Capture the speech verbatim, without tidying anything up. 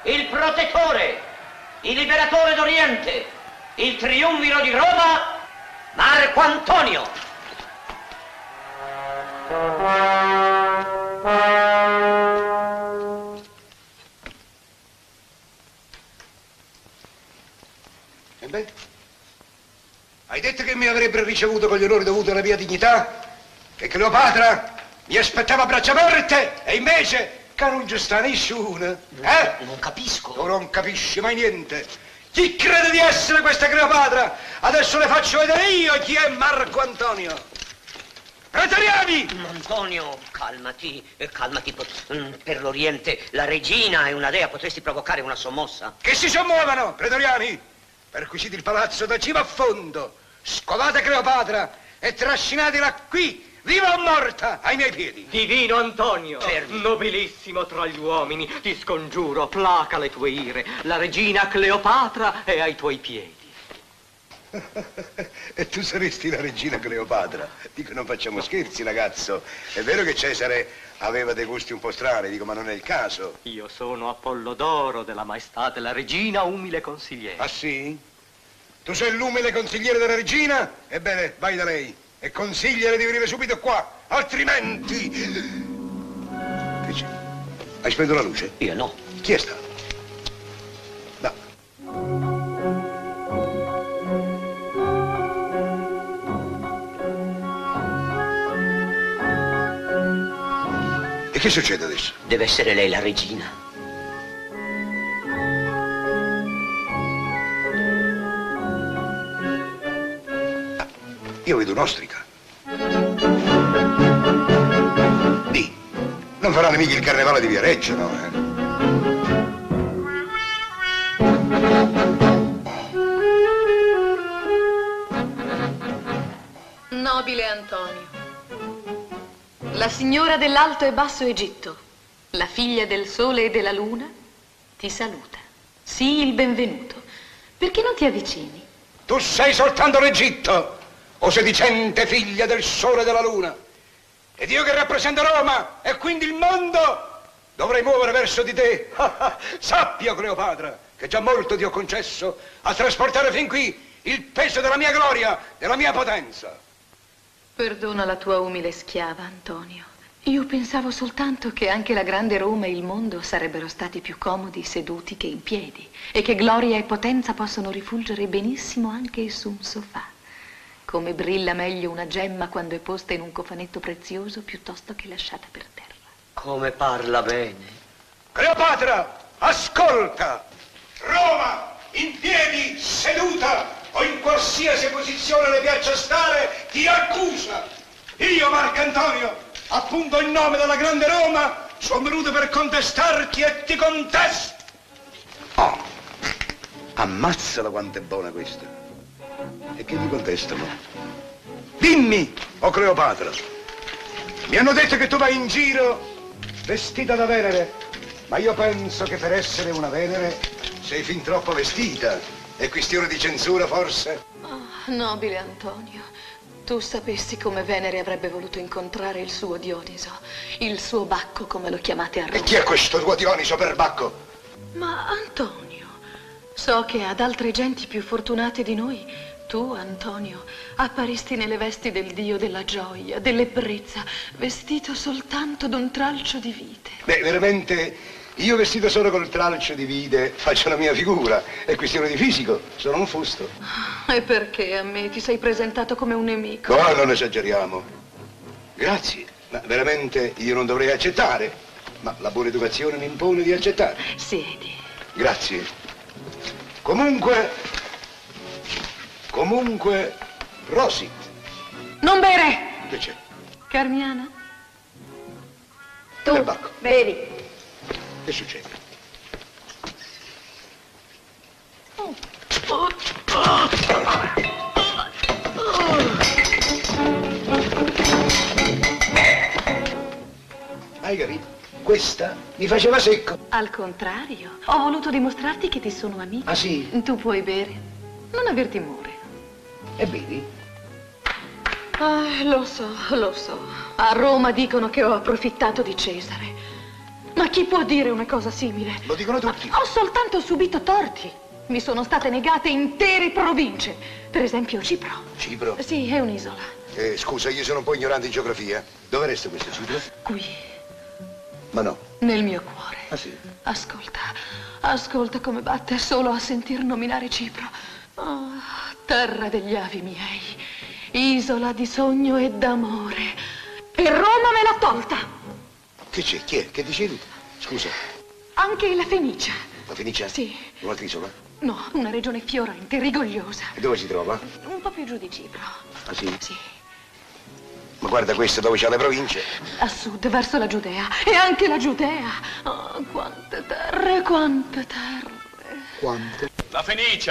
il protettore, il liberatore d'Oriente, il triumviro di Roma, Marco Antonio. E beh, hai detto che mi avrebbero ricevuto con gli onori dovuti alla mia dignità? Che Cleopatra mi aspettava a braccia aperte e invece che non ci sta nessuno, eh? Non capisco. Tu non capisci mai niente. Chi crede di essere questa Cleopatra? Adesso le faccio vedere io chi è Marco Antonio. Pretoriani! Antonio, calmati, eh, calmati. Per l'Oriente la regina è una dea, potresti provocare una sommossa. Che si sommuovano, pretoriani! Perquisite il palazzo da cima a fondo, scovate Cleopatra e trascinatela qui, viva o morta, ai miei piedi. Divino Antonio, Fermi. nobilissimo tra gli uomini, ti scongiuro, placa le tue ire. La regina Cleopatra è ai tuoi piedi. E tu saresti la regina Cleopatra. Dico, non facciamo scherzi, ragazzo. È vero che Cesare aveva dei gusti un po' strani, dico, ma non è il caso. Io sono Apollodoro della maestà della regina, umile consigliere. Ah, sì? Tu sei l'umile consigliere della regina? Ebbene, vai da lei e consigliale di venire subito qua, altrimenti... Che c'è? Hai spento la luce? Io no. Chi è stato? No. E che succede adesso? Deve essere lei la regina. Io vedo un'ostrica. Dì, non faranno mica il carnevale di Viareggio, no? Eh? Nobile Antonio, la signora dell'Alto e Basso Egitto, la figlia del Sole e della Luna, ti saluta. Sii il benvenuto. Perché non ti avvicini? Tu sei soltanto l'Egitto, o sedicente figlia del Sole e della Luna. Ed io che rappresento Roma e quindi il mondo dovrei muovere verso di te. Sappia, Cleopatra, che già molto ti ho concesso a trasportare fin qui il peso della mia gloria, della mia potenza. Perdona la tua umile schiava, Antonio. Io pensavo soltanto che anche la grande Roma e il mondo sarebbero stati più comodi seduti che in piedi e che gloria e potenza possono rifulgere benissimo anche su un sofà. Come brilla meglio una gemma quando è posta in un cofanetto prezioso piuttosto che lasciata per terra. Come parla bene. Cleopatra, ascolta! Roma, in piedi, seduta, o in qualsiasi posizione le piaccia stare, ti accusa. Io, Marco Antonio, appunto in nome della grande Roma, sono venuto per contestarti e ti contesto. Oh, ammazzala quanto è buona questa. E che gli contestano? Dimmi, o oh Cleopatra, mi hanno detto che tu vai in giro vestita da Venere, ma io penso che per essere una Venere sei fin troppo vestita. È questione di censura, forse? Oh, nobile Antonio, tu sapessi come Venere avrebbe voluto incontrare il suo Dioniso, il suo Bacco, come lo chiamate a Roma. E chi è questo tuo Dioniso per Bacco? Ma Antonio, so che ad altre genti più fortunate di noi, tu, Antonio, apparisti nelle vesti del dio della gioia, dell'ebbrezza, vestito soltanto d'un tralcio di vite. Beh, veramente, io vestito solo col tralcio di vite faccio la mia figura. È questione di fisico, sono un fusto. E perché a me ti sei presentato come un nemico? No, non esageriamo. Grazie, ma veramente io non dovrei accettare. Ma la buona educazione mi impone di accettare. Siedi. Grazie. Comunque... Comunque, Rosit. Non bere! Che c'è? Carmiana? Tu, Bacco. Bevi. Che succede? Oh. Oh. Oh. Hai capito? Questa mi faceva secco. Al contrario, ho voluto dimostrarti che ti sono amica. Ah, sì? Tu puoi bere, non aver timore. E vedi? Ah, lo so, lo so. A Roma dicono che ho approfittato di Cesare. Ma chi può dire una cosa simile? Lo dicono tutti. Ho soltanto subito torti. Mi sono state negate intere province. Per esempio Cipro. Cipro? Sì, è un'isola. Eh, scusa, io sono un po' ignorante in geografia. Dove resta questa Cipro? Qui, Ma no. nel mio cuore. Ah, sì? Ascolta, ascolta come batte solo a sentir nominare Cipro. Oh, terra degli avi miei, isola di sogno e d'amore. E Roma me l'ha tolta. Che c'è? Chi è? Che dicevi? Scusa, Anche la Fenicia. la Fenicia? Sì. Un'altra isola? No, una regione fiorente, rigogliosa. E dove si trova? Un po' più giù di Cipro. Ah, sì? Sì. Ma guarda questo dove c'ha le province. A sud, verso la Giudea. E anche la Giudea. Oh, quante terre, quante terre. Quante? La Fenicia!